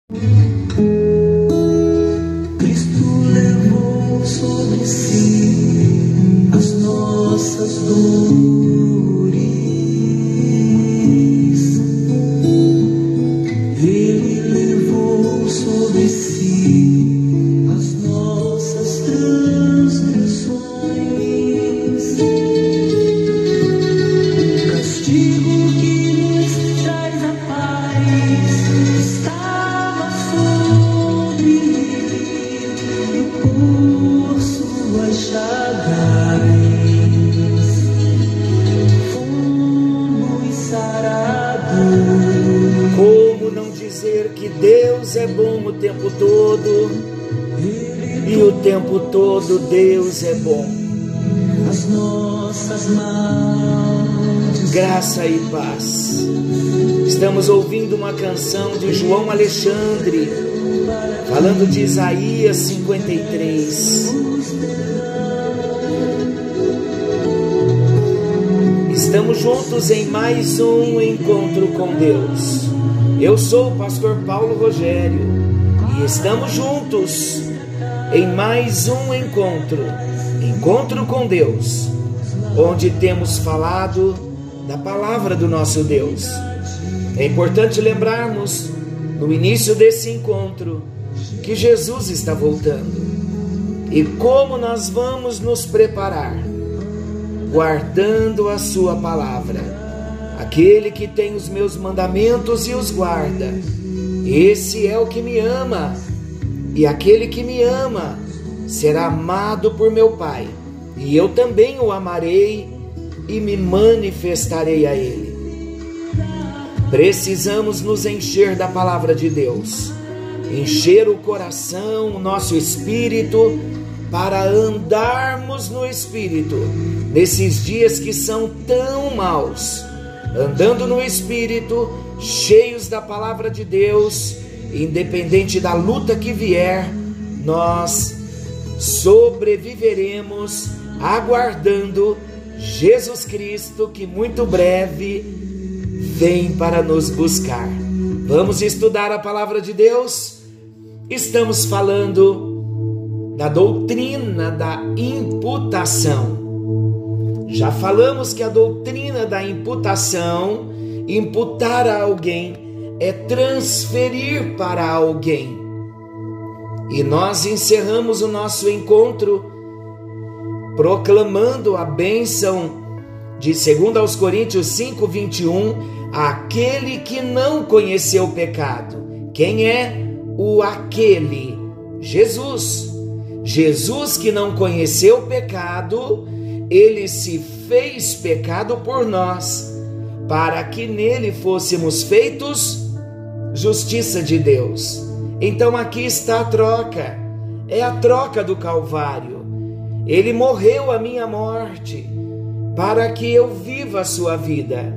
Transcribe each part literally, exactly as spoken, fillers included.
Cristo levou sobre si as nossas dores. Ele levou sobre si as nossas transgressões. O castigo que nos traz a paz estava sobre ele, por suas chagas fomos sarados. Como não dizer que Deus é bom o tempo todo, e o tempo todo Deus é bom. As nossas mãos, Graça e paz. Estamos ouvindo uma canção de João Alexandre, falando de Isaías cinquenta e três. Estamos juntos em mais um encontro com Deus. Eu sou o pastor Paulo Rogério e estamos juntos em mais um encontro, encontro com Deus, onde temos falado da palavra do nosso Deus. É importante lembrarmos, no início desse encontro, que Jesus está voltando. E como nós vamos nos preparar? Guardando a sua palavra. Aquele que tem os meus mandamentos e os guarda, esse é o que me ama. E aquele que me ama será amado por meu Pai, e eu também o amarei e me manifestarei a ele. Precisamos nos encher da palavra de Deus, encher o coração, o nosso espírito, para andarmos no Espírito, nesses dias que são tão maus, andando no Espírito, cheios da palavra de Deus, independente da luta que vier, nós sobreviveremos, aguardando Jesus Cristo, que muito breve vem para nos buscar. Vamos estudar a palavra de Deus? Estamos falando da doutrina da imputação. Já falamos que a doutrina da imputação, imputar a alguém, é transferir para alguém. E nós encerramos o nosso encontro proclamando a bênção de segundo aos Coríntios cinco, vinte e um, aquele que não conheceu o pecado. Quem é o aquele? Jesus. Jesus que não conheceu o pecado, ele se fez pecado por nós, para que nele fôssemos feitos justiça de Deus. Então aqui está a troca, é a troca do Calvário. Ele morreu a minha morte, para que eu viva a sua vida.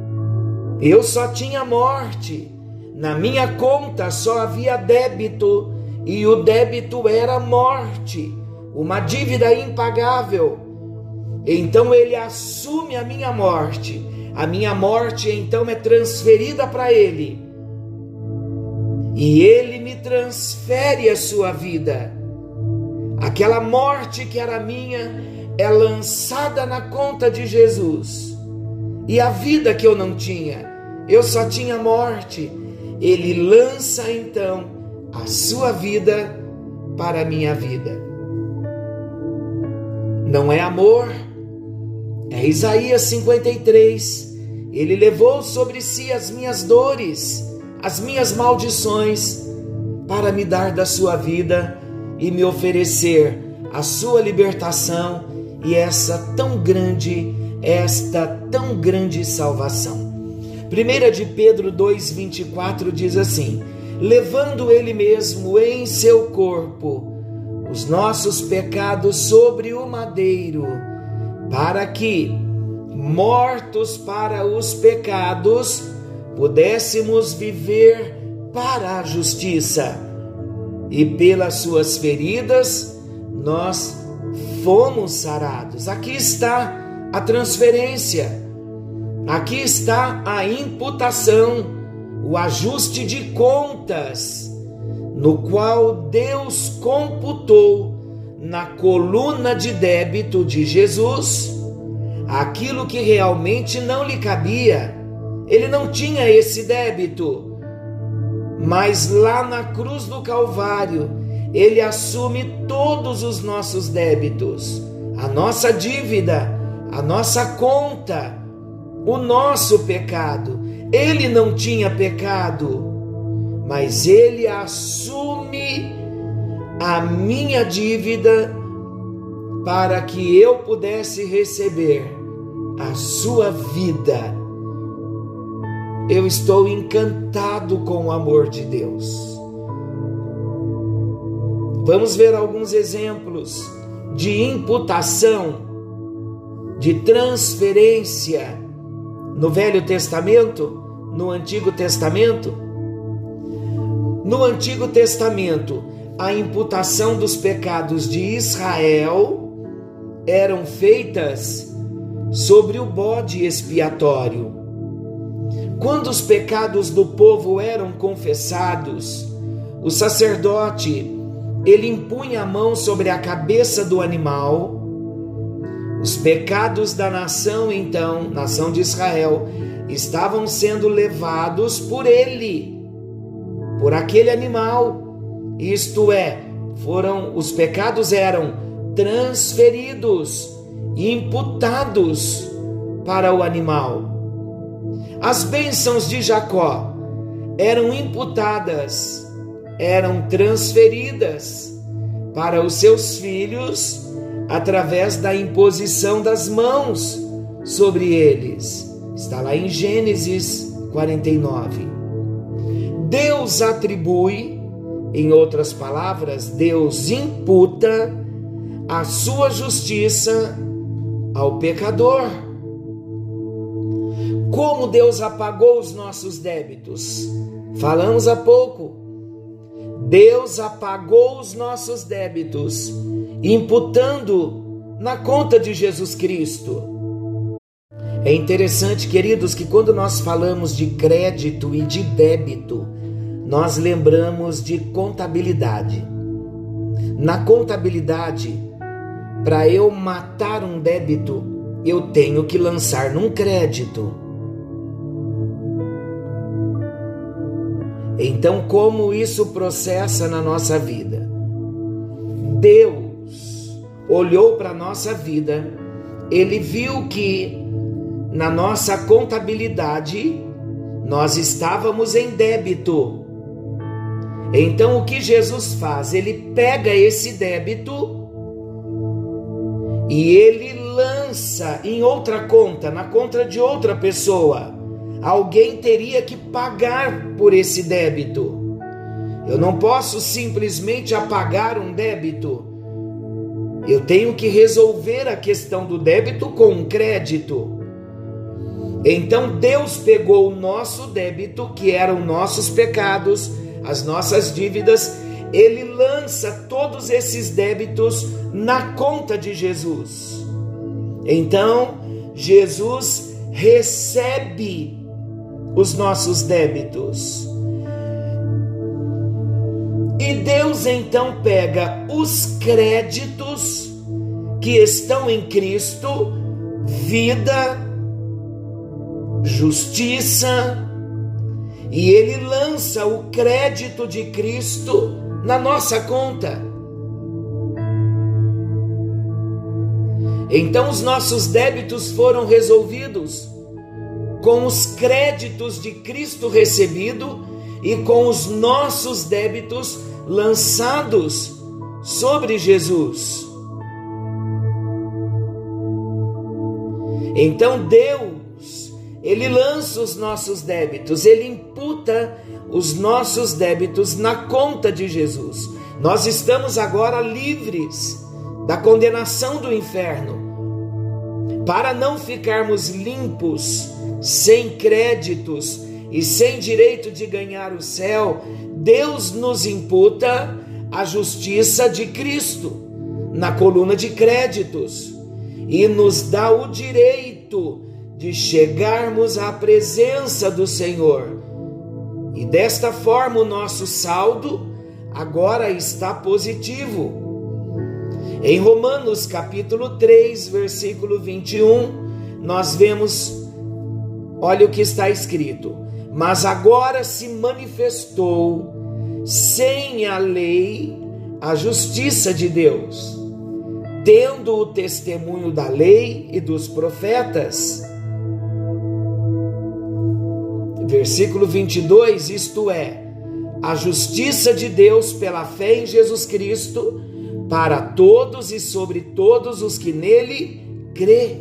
Eu só tinha morte, na minha conta só havia débito, e o débito era morte, uma dívida impagável. Então ele assume a minha morte, a minha morte então é transferida para ele, e ele me transfere a sua vida. Aquela morte que era minha é lançada na conta de Jesus, e a vida que eu não tinha, eu só tinha morte, ele lança então a sua vida para a minha vida. Não é amor? É Isaías cinquenta e três. Ele levou sobre si as minhas dores, as minhas maldições, para me dar da sua vida e me oferecer a sua libertação e essa tão grande, esta tão grande salvação. primeira de Pedro dois, vinte e quatro diz assim: levando ele mesmo em seu corpo os nossos pecados sobre o madeiro, para que, mortos para os pecados, pudéssemos viver para a justiça. E pelas suas feridas nós fomos sarados. Aqui está a transferência, aqui está a imputação, o ajuste de contas. no qual Deus computou na coluna de débito de Jesus aquilo que realmente não lhe cabia. Ele não tinha esse débito, mas lá na cruz do Calvário, ele assume todos os nossos débitos, a nossa dívida, a nossa conta, o nosso pecado. Ele não tinha pecado, mas ele assume a minha dívida para que eu pudesse receber a sua vida. Eu estou encantado com o amor de Deus. Vamos ver alguns exemplos de imputação, de transferência no Velho Testamento, no Antigo Testamento. No Antigo Testamento, a imputação dos pecados de Israel eram feitas sobre o bode expiatório. Quando os pecados do povo eram confessados, o sacerdote, ele impunha a mão sobre a cabeça do animal. Os pecados da nação, então, nação de Israel, estavam sendo levados por ele, por aquele animal. Isto é, foram, os pecados eram transferidos, imputados para o animal. As bênçãos de Jacó eram imputadas, eram transferidas para os seus filhos através da imposição das mãos sobre eles. Está lá em Gênesis quarenta e nove. Deus atribui, em outras palavras, Deus imputa a sua justiça ao pecador. Como Deus apagou os nossos débitos? Falamos há pouco. Deus apagou os nossos débitos, imputando na conta de Jesus Cristo. É interessante, queridos, que quando nós falamos de crédito e de débito, nós lembramos de contabilidade. Na contabilidade, para eu matar um débito, eu tenho que lançar num crédito. Então, como isso processa na nossa vida? Deus olhou para a nossa vida, Ele viu que na nossa contabilidade nós estávamos em débito. Então, o que Jesus faz? Ele pega esse débito e Ele lança em outra conta, na conta de outra pessoa. Alguém teria que pagar por esse débito. Eu não posso simplesmente apagar um débito. Eu tenho que resolver a questão do débito com um crédito. Então Deus pegou o nosso débito, que eram nossos pecados, as nossas dívidas, Ele lança todos esses débitos na conta de Jesus. Então Jesus recebe os nossos débitos. E Deus então pega os créditos que estão em Cristo, vida, justiça, e Ele lança o crédito de Cristo na nossa conta. Então os nossos débitos foram resolvidos com os créditos de Cristo recebido e com os nossos débitos lançados sobre Jesus. Então Deus, Ele lança os nossos débitos, Ele imputa os nossos débitos na conta de Jesus. Nós estamos agora livres da condenação do inferno. Para não ficarmos limpos, sem créditos e sem direito de ganhar o céu, Deus nos imputa a justiça de Cristo na coluna de créditos e nos dá o direito de chegarmos à presença do Senhor. E desta forma o nosso saldo, agora está positivo. Em Romanos capítulo três, versículo vinte e um, nós vemos, olha o que está escrito: mas agora se manifestou sem a lei a justiça de Deus, tendo o testemunho da lei e dos profetas. Versículo vinte e dois, isto é, a justiça de Deus pela fé em Jesus Cristo, para todos e sobre todos os que nele crê.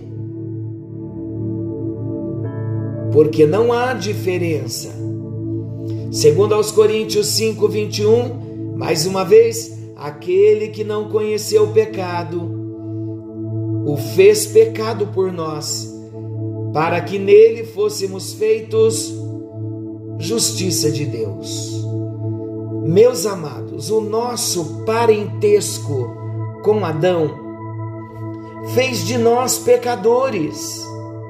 Porque não há diferença. Segundo aos Coríntios cinco, vinte e um, mais uma vez, aquele que não conheceu o pecado, o fez pecado por nós, para que nele fôssemos feitos justiça de Deus. Meus amados, o nosso parentesco com Adão fez de nós pecadores,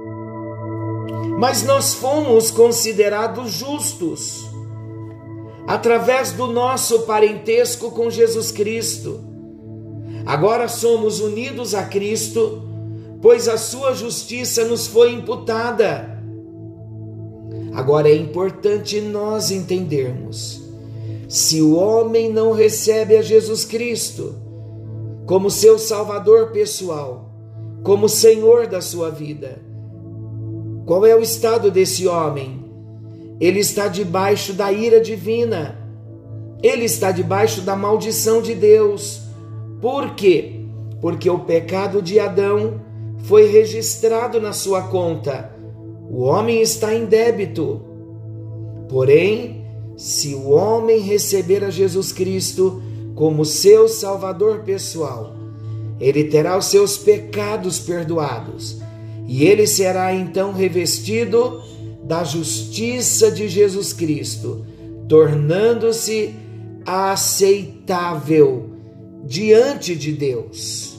mas nós fomos considerados justos através do nosso parentesco com Jesus Cristo. Agora somos unidos a Cristo, pois a sua justiça nos foi imputada. Agora é importante nós entendermos: se o homem não recebe a Jesus Cristo como seu Salvador pessoal, como Senhor da sua vida, qual é o estado desse homem? Ele está debaixo da ira divina, ele está debaixo da maldição de Deus. Por quê? Porque o pecado de Adão foi registrado na sua conta. O homem está em débito. Porém, se o homem receber a Jesus Cristo como seu Salvador pessoal, ele terá os seus pecados perdoados e ele será então revestido da justiça de Jesus Cristo, tornando-se aceitável diante de Deus.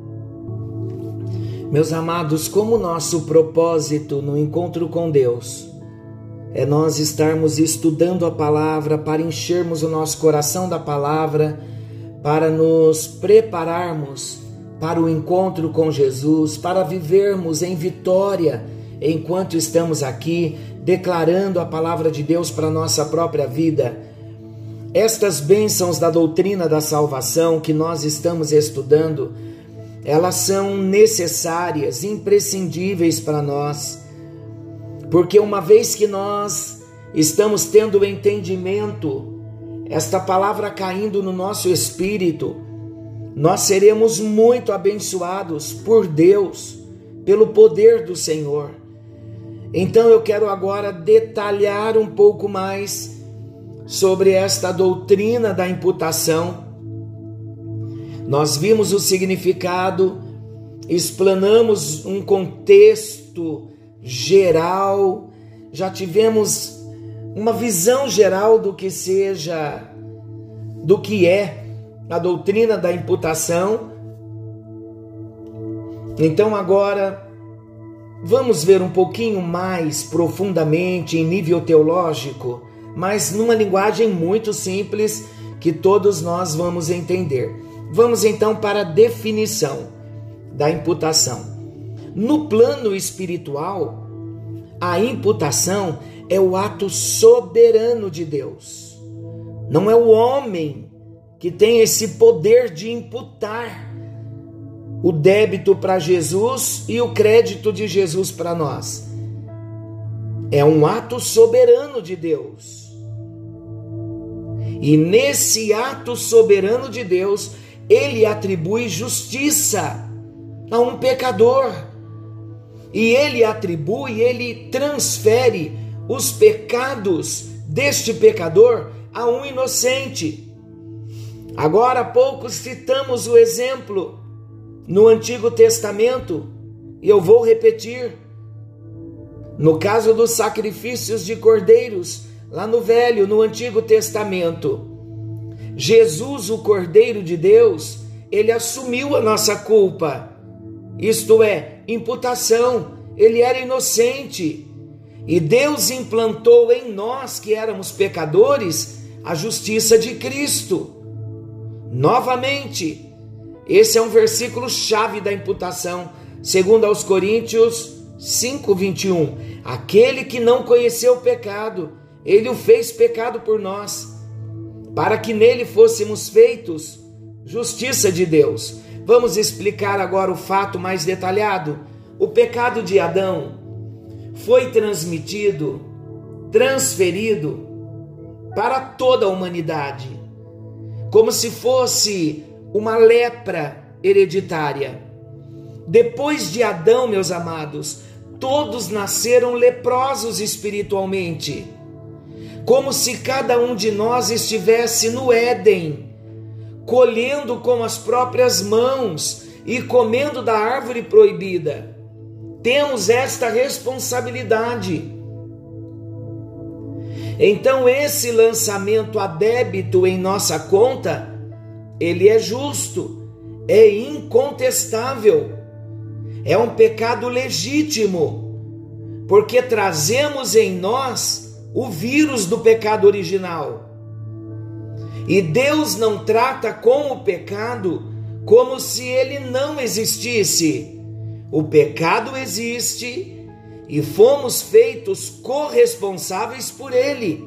Meus amados, como nosso propósito no encontro com Deus é nós estarmos estudando a palavra para enchermos o nosso coração da palavra, para nos prepararmos para o encontro com Jesus, para vivermos em vitória enquanto estamos aqui declarando a palavra de Deus para a nossa própria vida. Estas bênçãos da doutrina da salvação que nós estamos estudando, elas são necessárias, imprescindíveis para nós, porque uma vez que nós estamos tendo o entendimento, esta palavra caindo no nosso espírito, nós seremos muito abençoados por Deus, pelo poder do Senhor. Então eu quero agora detalhar um pouco mais sobre esta doutrina da imputação. Nós vimos o significado, explanamos um contexto geral, já tivemos uma visão geral do que seja, do que é a doutrina da imputação. Então agora vamos ver um pouquinho mais profundamente em nível teológico, mas numa linguagem muito simples que todos nós vamos entender. Vamos então para a definição da imputação. No plano espiritual, a imputação é o ato soberano de Deus. Não é o homem que tem esse poder de imputar o débito para Jesus e o crédito de Jesus para nós. É um ato soberano de Deus. E nesse ato soberano de Deus, ele atribui justiça a um pecador. E ele atribui, ele transfere os pecados deste pecador a um inocente. Agora há pouco citamos o exemplo no Antigo Testamento, e eu vou repetir. No caso dos sacrifícios de cordeiros, lá no Velho, no Antigo Testamento, Jesus, o Cordeiro de Deus, ele assumiu a nossa culpa, isto é, imputação. Ele era inocente, e Deus implantou em nós, que éramos pecadores, a justiça de Cristo. Novamente, esse é um versículo chave da imputação, segundo aos Coríntios cinco, vinte e um. Aquele que não conheceu o pecado, ele o fez pecado por nós, para que nele fôssemos feitos justiça de Deus. Vamos explicar agora o fato mais detalhado. O pecado de Adão foi transmitido, transferido para toda a humanidade, como se fosse uma lepra hereditária. Depois de Adão, meus amados, todos nasceram leprosos espiritualmente, como se cada um de nós estivesse no Éden, colhendo com as próprias mãos e comendo da árvore proibida. Temos esta responsabilidade. Então, esse lançamento a débito em nossa conta, ele é justo, é incontestável, é um pecado legítimo, porque trazemos em nós o vírus do pecado original. E Deus não trata com o pecado como se ele não existisse. O pecado existe e fomos feitos corresponsáveis por ele.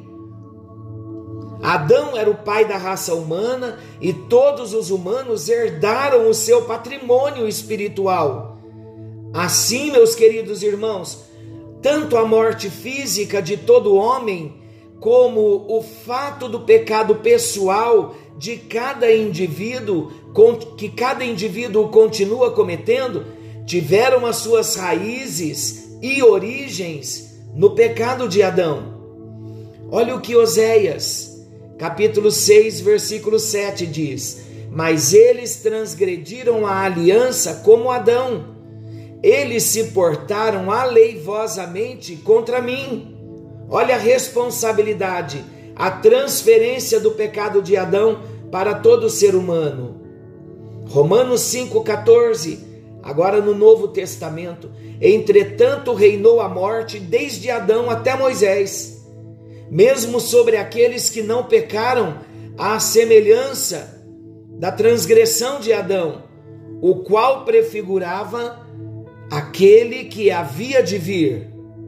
Adão era o pai da raça humana e todos os humanos herdaram o seu patrimônio espiritual. Assim, meus queridos irmãos, tanto a morte física de todo homem, como o fato do pecado pessoal de cada indivíduo, que cada indivíduo continua cometendo, tiveram as suas raízes e origens no pecado de Adão. Olha o que Oséias, capítulo seis, versículo sete diz: mas eles transgrediram a aliança como Adão, eles se portaram aleivosamente contra mim. Olha a responsabilidade, a transferência do pecado de Adão para todo ser humano. Romanos cinco, quatorze, agora no Novo Testamento: entretanto reinou a morte desde Adão até Moisés, mesmo sobre aqueles que não pecaram, à semelhança da transgressão de Adão, o qual prefigurava aquele que havia de vir.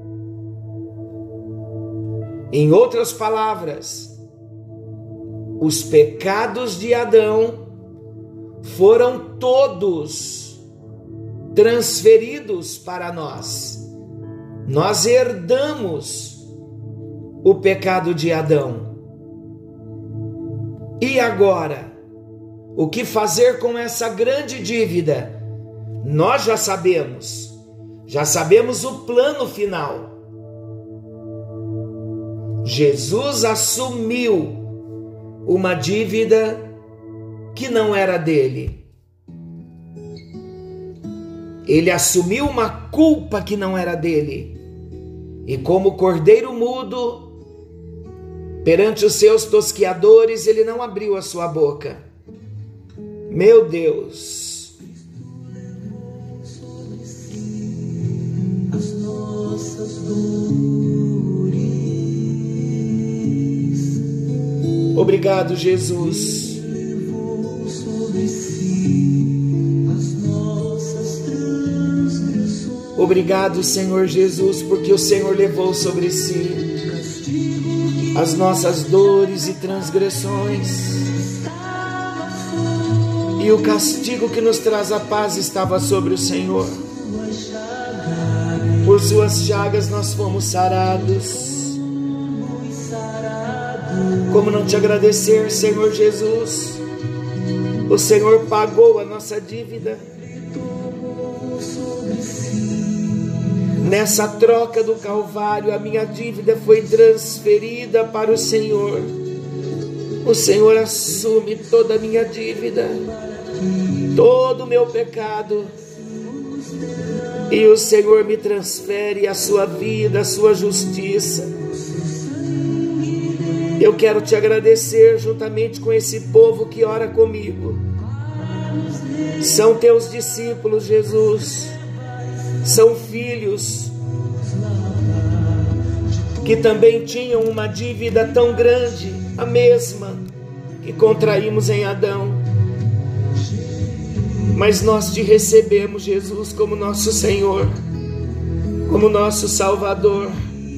Em outras palavras, os pecados de Adão foram todos transferidos para nós. Nós herdamos o pecado de Adão. E agora, o que fazer com essa grande dívida? Nós já sabemos, já sabemos o plano final. Jesus assumiu uma dívida que não era dele. Ele assumiu uma culpa que não era dele. E como cordeiro mudo, perante os seus tosquiadores, ele não abriu a sua boca. Meu Deus! As nossas dores. Obrigado, Jesus. Levou sobre si as nossas transgressões. Obrigado, Senhor Jesus, porque o Senhor levou sobre si as nossas dores e transgressões. E o castigo que nos traz a paz estava sobre o Senhor. Por suas chagas nós fomos sarados. Como não te agradecer, Senhor Jesus? O Senhor pagou a nossa dívida. Nessa troca do Calvário, a minha dívida foi transferida para o Senhor. O Senhor assume toda a minha dívida, todo o meu pecado, e o Senhor me transfere a sua vida, a sua justiça. Eu quero te agradecer juntamente com esse povo que ora comigo. São teus discípulos, Jesus. São filhos que também tinham uma dívida tão grande, a mesma que contraímos em Adão. Mas nós te recebemos, Jesus, como nosso Senhor, como nosso Salvador.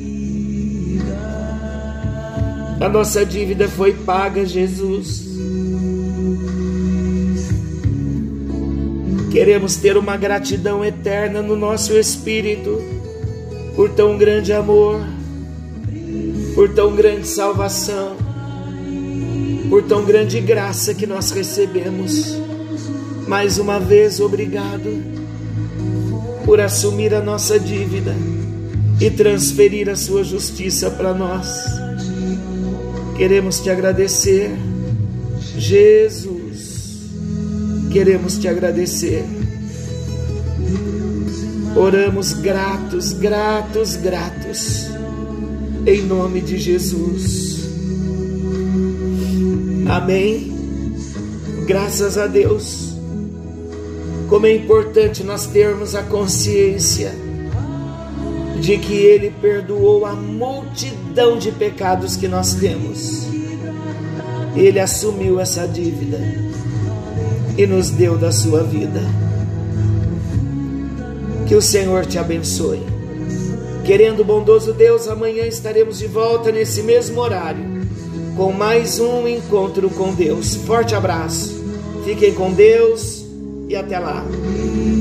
A nossa dívida foi paga, Jesus. Queremos ter uma gratidão eterna no nosso espírito por tão grande amor, por tão grande salvação, por tão grande graça que nós recebemos. Mais uma vez, obrigado por assumir a nossa dívida e transferir a sua justiça para nós. Queremos te agradecer, Jesus. Queremos te agradecer. Oramos gratos, gratos, gratos, em nome de Jesus. Amém. Graças a Deus. Como é importante nós termos a consciência de que Ele perdoou a multidão de pecados que nós temos. Ele assumiu essa dívida e nos deu da sua vida. Que o Senhor te abençoe. Querendo o bondoso Deus, amanhã estaremos de volta nesse mesmo horário, com mais um encontro com Deus. Forte abraço, fiquem com Deus e até lá.